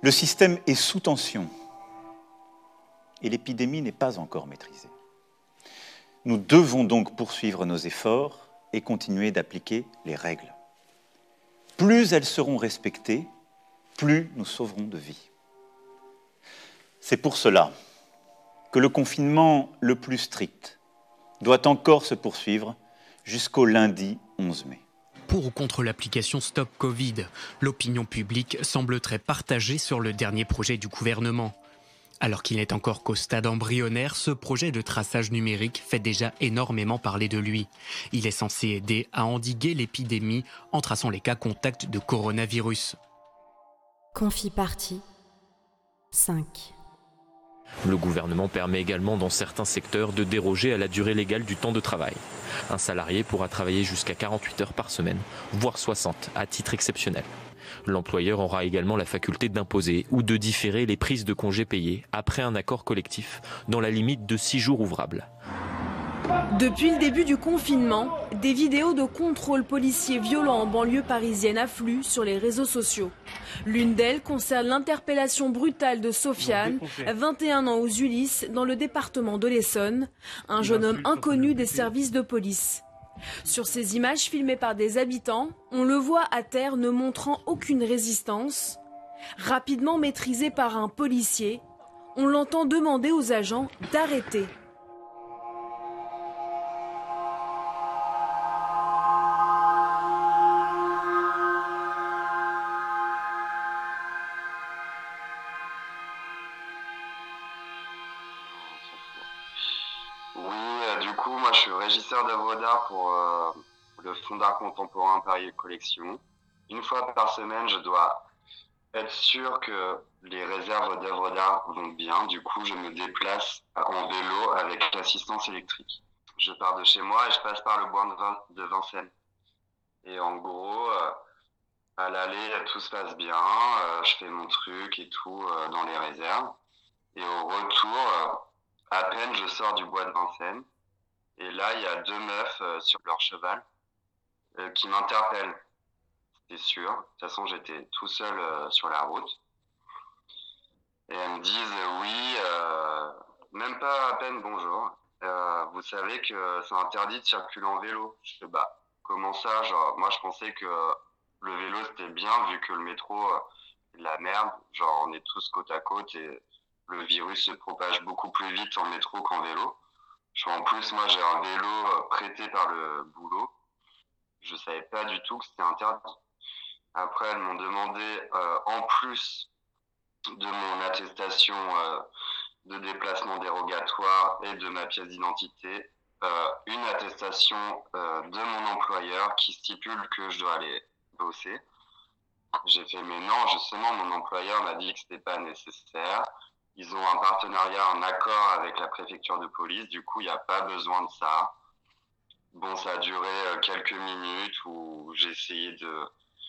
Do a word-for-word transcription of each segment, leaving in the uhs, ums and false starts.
Le système est sous tension et l'épidémie n'est pas encore maîtrisée. Nous devons donc poursuivre nos efforts et continuer d'appliquer les règles. Plus elles seront respectées, plus nous sauverons de vies. C'est pour cela que le confinement le plus strict doit encore se poursuivre jusqu'au lundi onze mai. Pour ou contre l'application Stop Covid, l'opinion publique semble très partagée sur le dernier projet du gouvernement. Alors qu'il n'est encore qu'au stade embryonnaire, ce projet de traçage numérique fait déjà énormément parler de lui. Il est censé aider à endiguer l'épidémie en traçant les cas contacts de coronavirus. Confie partie cinq. Le gouvernement permet également dans certains secteurs de déroger à la durée légale du temps de travail. Un salarié pourra travailler jusqu'à quarante-huit heures par semaine, voire soixante à titre exceptionnel. L'employeur aura également la faculté d'imposer ou de différer les prises de congés payés après un accord collectif dans la limite de six jours ouvrables. Depuis le début du confinement, des vidéos de contrôles policiers violents en banlieue parisienne affluent sur les réseaux sociaux. L'une d'elles concerne l'interpellation brutale de Sofiane, vingt et un ans aux Ulysses, dans le département de l'Essonne, un jeune homme inconnu des services de police. Sur ces images filmées par des habitants, on le voit à terre ne montrant aucune résistance. Rapidement maîtrisé par un policier, on l'entend demander aux agents d'arrêter. Je suis régisseur d'œuvres d'art pour euh, le Fonds d'art contemporain Paris Collection. Une fois par semaine, je dois être sûr que les réserves d'œuvres d'art vont bien. Du coup, je me déplace en vélo avec l'assistance électrique. Je pars de chez moi et je passe par le bois de, Vin- de Vincennes. Et en gros, euh, à l'aller, tout se passe bien. Euh, je fais mon truc et tout euh, dans les réserves. Et au retour, euh, à peine je sors du bois de Vincennes. Et là, il y a deux meufs euh, sur leur cheval euh, qui m'interpellent. C'était sûr. De toute façon, j'étais tout seul euh, sur la route. Et elles me disent euh, oui, euh, même pas à peine bonjour. Euh, vous savez que c'est interdit de circuler en vélo. Je fais bah comment ça, genre moi je pensais que le vélo c'était bien vu que le métro euh, c'est de la merde. Genre on est tous côte à côte et le virus se propage beaucoup plus vite en métro qu'en vélo. En plus, moi, j'ai un vélo prêté par le boulot. Je savais pas du tout que c'était interdit. Après, elles m'ont demandé, euh, en plus de mon attestation euh, de déplacement dérogatoire et de ma pièce d'identité, euh, une attestation euh, de mon employeur qui stipule que je dois aller bosser. J'ai fait, mais non, justement, mon employeur m'a dit que c'était pas nécessaire. Ils ont un partenariat, un accord avec la préfecture de police. Du coup, il n'y a pas besoin de ça. Bon, ça a duré quelques minutes où j'ai essayé de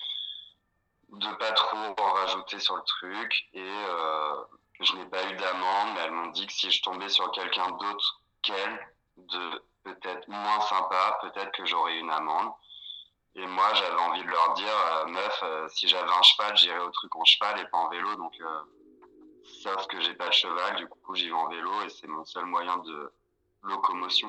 de pas trop en rajouter sur le truc. Et euh, je n'ai pas eu d'amende, mais elles m'ont dit que si je tombais sur quelqu'un d'autre qu'elle, de peut-être moins sympa, peut-être que j'aurais une amende. Et moi, j'avais envie de leur dire, euh, meuf, euh, si j'avais un cheval, j'irais au truc en cheval et pas en vélo. Donc... Euh, sauf que j'ai pas de cheval, du coup j'y vais en vélo et c'est mon seul moyen de locomotion.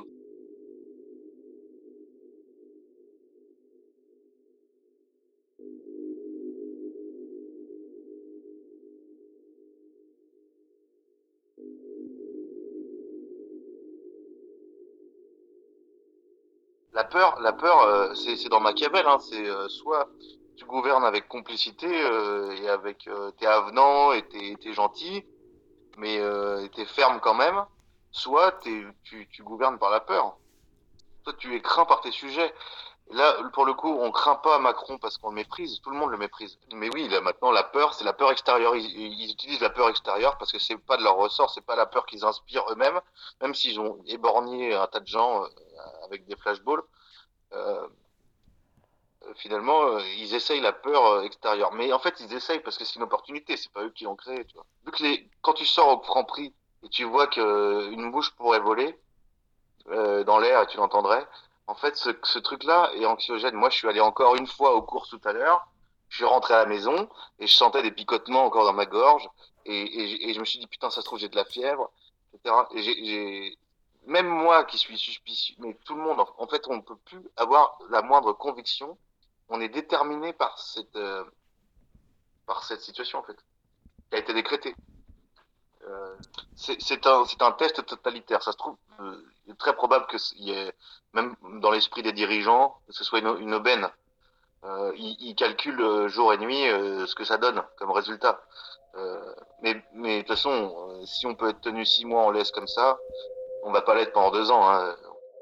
La peur, la peur, euh, c'est, c'est dans Machiavel, hein, c'est euh, soit tu gouvernes avec complicité euh, et avec euh, t'es avenant et t'es, t'es gentil, mais euh, t'es ferme quand même. Soit t'es, tu, tu gouvernes par la peur. Soit tu es craint par tes sujets. Là, pour le coup, on craint pas Macron parce qu'on le méprise. Tout le monde le méprise. Mais oui, là maintenant, la peur, c'est la peur extérieure. Ils, ils utilisent la peur extérieure parce que c'est pas de leur ressort, c'est pas la peur qu'ils inspirent eux-mêmes, même s'ils ont éborgné un tas de gens euh, avec des flashballs. Euh, finalement, euh, ils essayent la peur euh, extérieure. Mais en fait, ils essayent parce que c'est une opportunité. C'est pas eux qui l'ont créé, tu vois. Vu que les, quand tu sors au Franprix et tu vois que euh, une mouche pourrait voler euh, dans l'air et tu l'entendrais. En fait, ce, ce truc-là est anxiogène. Moi, je suis allé encore une fois aux courses tout à l'heure. Je suis rentré à la maison et je sentais des picotements encore dans ma gorge. Et, et, et je me suis dit, putain, ça se trouve, j'ai de la fièvre, et cetera. Et j'ai, j'ai... Même moi qui suis suspicieux, mais tout le monde, en fait, on ne peut plus avoir la moindre conviction. On est déterminé par cette, euh, par cette situation, en fait, qui a été décrétée. Euh, c'est, c'est, un, c'est un test totalitaire. Ça se trouve, euh, il est très probable que y ait, même dans l'esprit des dirigeants, que ce soit une, une aubaine. Euh, ils, ils calculent euh, jour et nuit euh, ce que ça donne comme résultat. Euh, mais, mais de toute façon, euh, si on peut être tenu six mois en laisse comme ça, on va pas l'être pendant deux ans. Hein.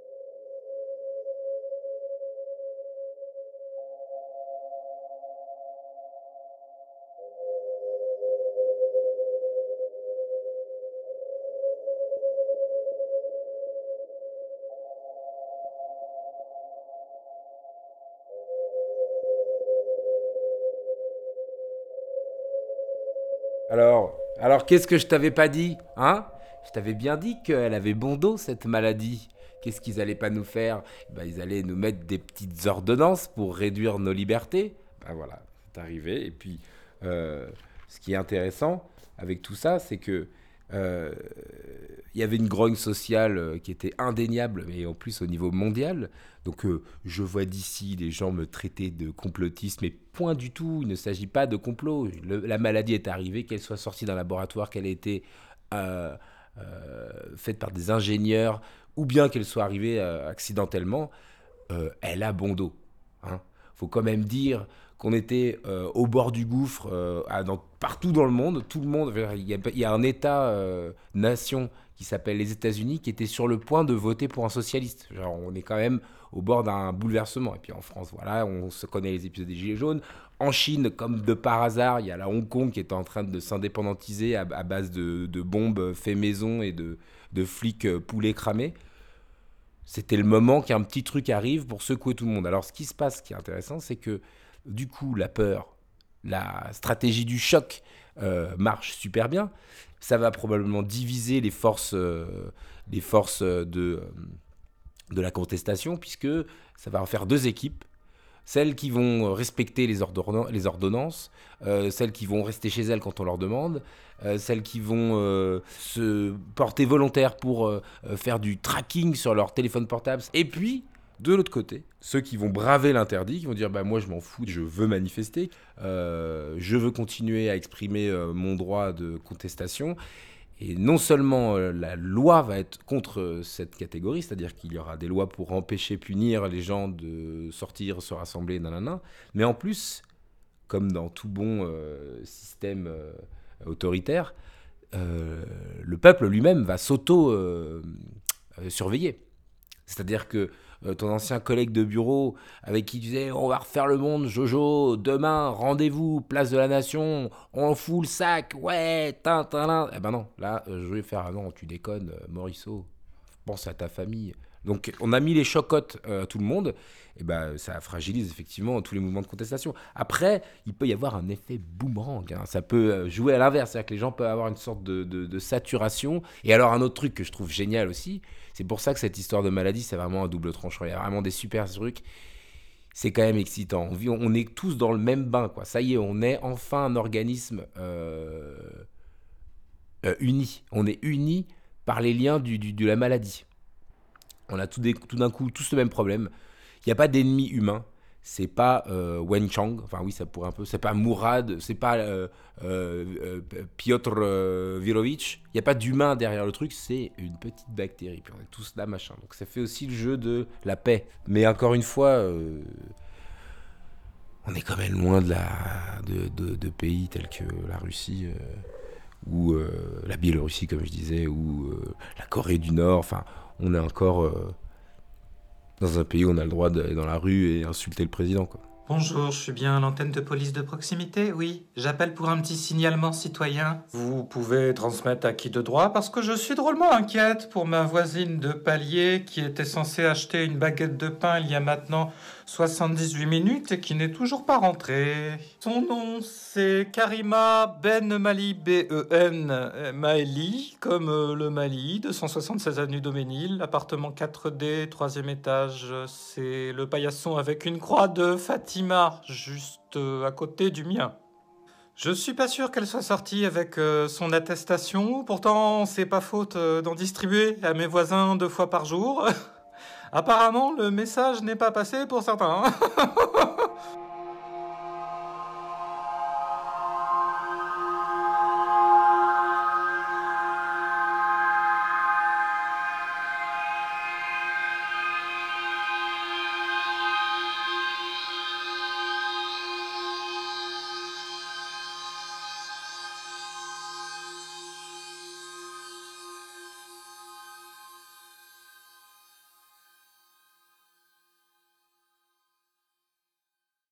Alors, alors qu'est-ce que je t'avais pas dit, hein? Je t'avais bien dit qu'elle avait bon dos, cette maladie. Qu'est-ce qu'ils allaient pas nous faire? Ben, ils allaient nous mettre des petites ordonnances pour réduire nos libertés. Ben voilà, c'est arrivé. Et puis, euh, ce qui est intéressant avec tout ça, c'est que euh, il y avait une grogne sociale euh, qui était indéniable, mais en plus au niveau mondial. Donc, euh, je vois d'ici les gens me traiter de complotiste, mais point du tout. Il ne s'agit pas de complot. Le- la maladie est arrivée, qu'elle soit sortie d'un laboratoire, qu'elle ait été euh, euh, faite par des ingénieurs, ou bien qu'elle soit arrivée euh, accidentellement. Euh, elle a bon dos. Hein. Faut quand même dire qu'on était euh, au bord du gouffre euh, à- dans- partout dans le monde. Tout le monde, il y a, il y a un État-nation qui s'appelle les États-Unis qui était sur le point de voter pour un socialiste. Genre, on est quand même au bord d'un bouleversement. Et puis en France, voilà, on se connaît les épisodes des Gilets jaunes. En Chine, comme de par hasard, il y a la Hong Kong qui est en train de s'indépendantiser à, à base de, de bombes fait maison et de, de flics euh, poulets cramés. C'était le moment qu'un petit truc arrive pour secouer tout le monde. Alors, ce qui se passe, ce qui est intéressant, c'est que, du coup, la peur, la stratégie du choc euh, marche super bien. Ça va probablement diviser les forces, euh, les forces de, euh, de la contestation, puisque ça va en faire deux équipes. Celles qui vont respecter les, ordonnan- les ordonnances, euh, celles qui vont rester chez elles quand on leur demande, euh, celles qui vont euh, se porter volontaires pour euh, euh, faire du tracking sur leur téléphone portable. Et puis, de l'autre côté, ceux qui vont braver l'interdit, qui vont dire bah, « moi je m'en fous, je veux manifester, euh, je veux continuer à exprimer euh, mon droit de contestation ». Et non seulement euh, la loi va être contre euh, cette catégorie, c'est-à-dire qu'il y aura des lois pour empêcher, punir les gens de sortir, se rassembler, nanana, mais en plus, comme dans tout bon euh, système euh, autoritaire, euh, le peuple lui-même va s'auto-surveiller. C'est-à-dire que euh, ton ancien collègue de bureau avec qui tu disais on va refaire le monde, Jojo, demain, rendez-vous, place de la Nation, on fout le sac, ouais, tin, tin, tin. Eh ben non, là, euh, je vais faire, ah non, tu déconnes, euh, Morisseau, pense à ta famille. Donc, on a mis les chocottes euh, à tout le monde, et ben ça fragilise effectivement tous les mouvements de contestation. Après, il peut y avoir un effet boomerang, hein. Ça peut euh, jouer à l'inverse, c'est-à-dire que les gens peuvent avoir une sorte de, de, de saturation. Et alors, un autre truc que je trouve génial aussi, c'est pour ça que cette histoire de maladie, c'est vraiment un double tranchant. Il y a vraiment des super trucs. C'est quand même excitant. On, vit, on est tous dans le même bain, quoi. Ça y est, on est enfin un organisme euh, euh, uni. On est unis par les liens du, du, de la maladie. On a tout, des, tout d'un coup tous le même problème. Il n'y a pas d'ennemi humain. C'est pas euh, Wen Chang, enfin oui, ça pourrait un peu. C'est pas Mourad, c'est pas euh, euh, euh, Piotr euh, Virovitch. Il n'y a pas d'humain derrière le truc, c'est une petite bactérie. Puis on est tous là, machin. Donc ça fait aussi le jeu de la paix. Mais encore une fois, euh, on est quand même loin de, la, de, de, de pays tels que la Russie, euh, ou euh, la Biélorussie, comme je disais, ou euh, la Corée du Nord. Enfin, on est encore. Euh, dans un pays où on a le droit d'aller dans la rue et insulter le président, quoi. Bonjour, je suis bien à l'antenne de police de proximité, oui. J'appelle pour un petit signalement citoyen. Vous pouvez transmettre à qui de droit parce que je suis drôlement inquiète pour ma voisine de palier qui était censée acheter une baguette de pain il y a maintenant soixante-dix-huit minutes et qui n'est toujours pas rentré. Son nom, c'est Karima Ben Mali, B E N Maeli, comme euh, le Mali, deux cent soixante-seize avenue Daumesnil, appartement quatre D, troisième étage. C'est le paillasson avec une croix de Fatima, juste euh, à côté du mien. Je suis pas sûr qu'elle soit sortie avec euh, son attestation, pourtant c'est pas faute euh, d'en distribuer à mes voisins deux fois par jour. Apparemment, le message n'est pas passé pour certains.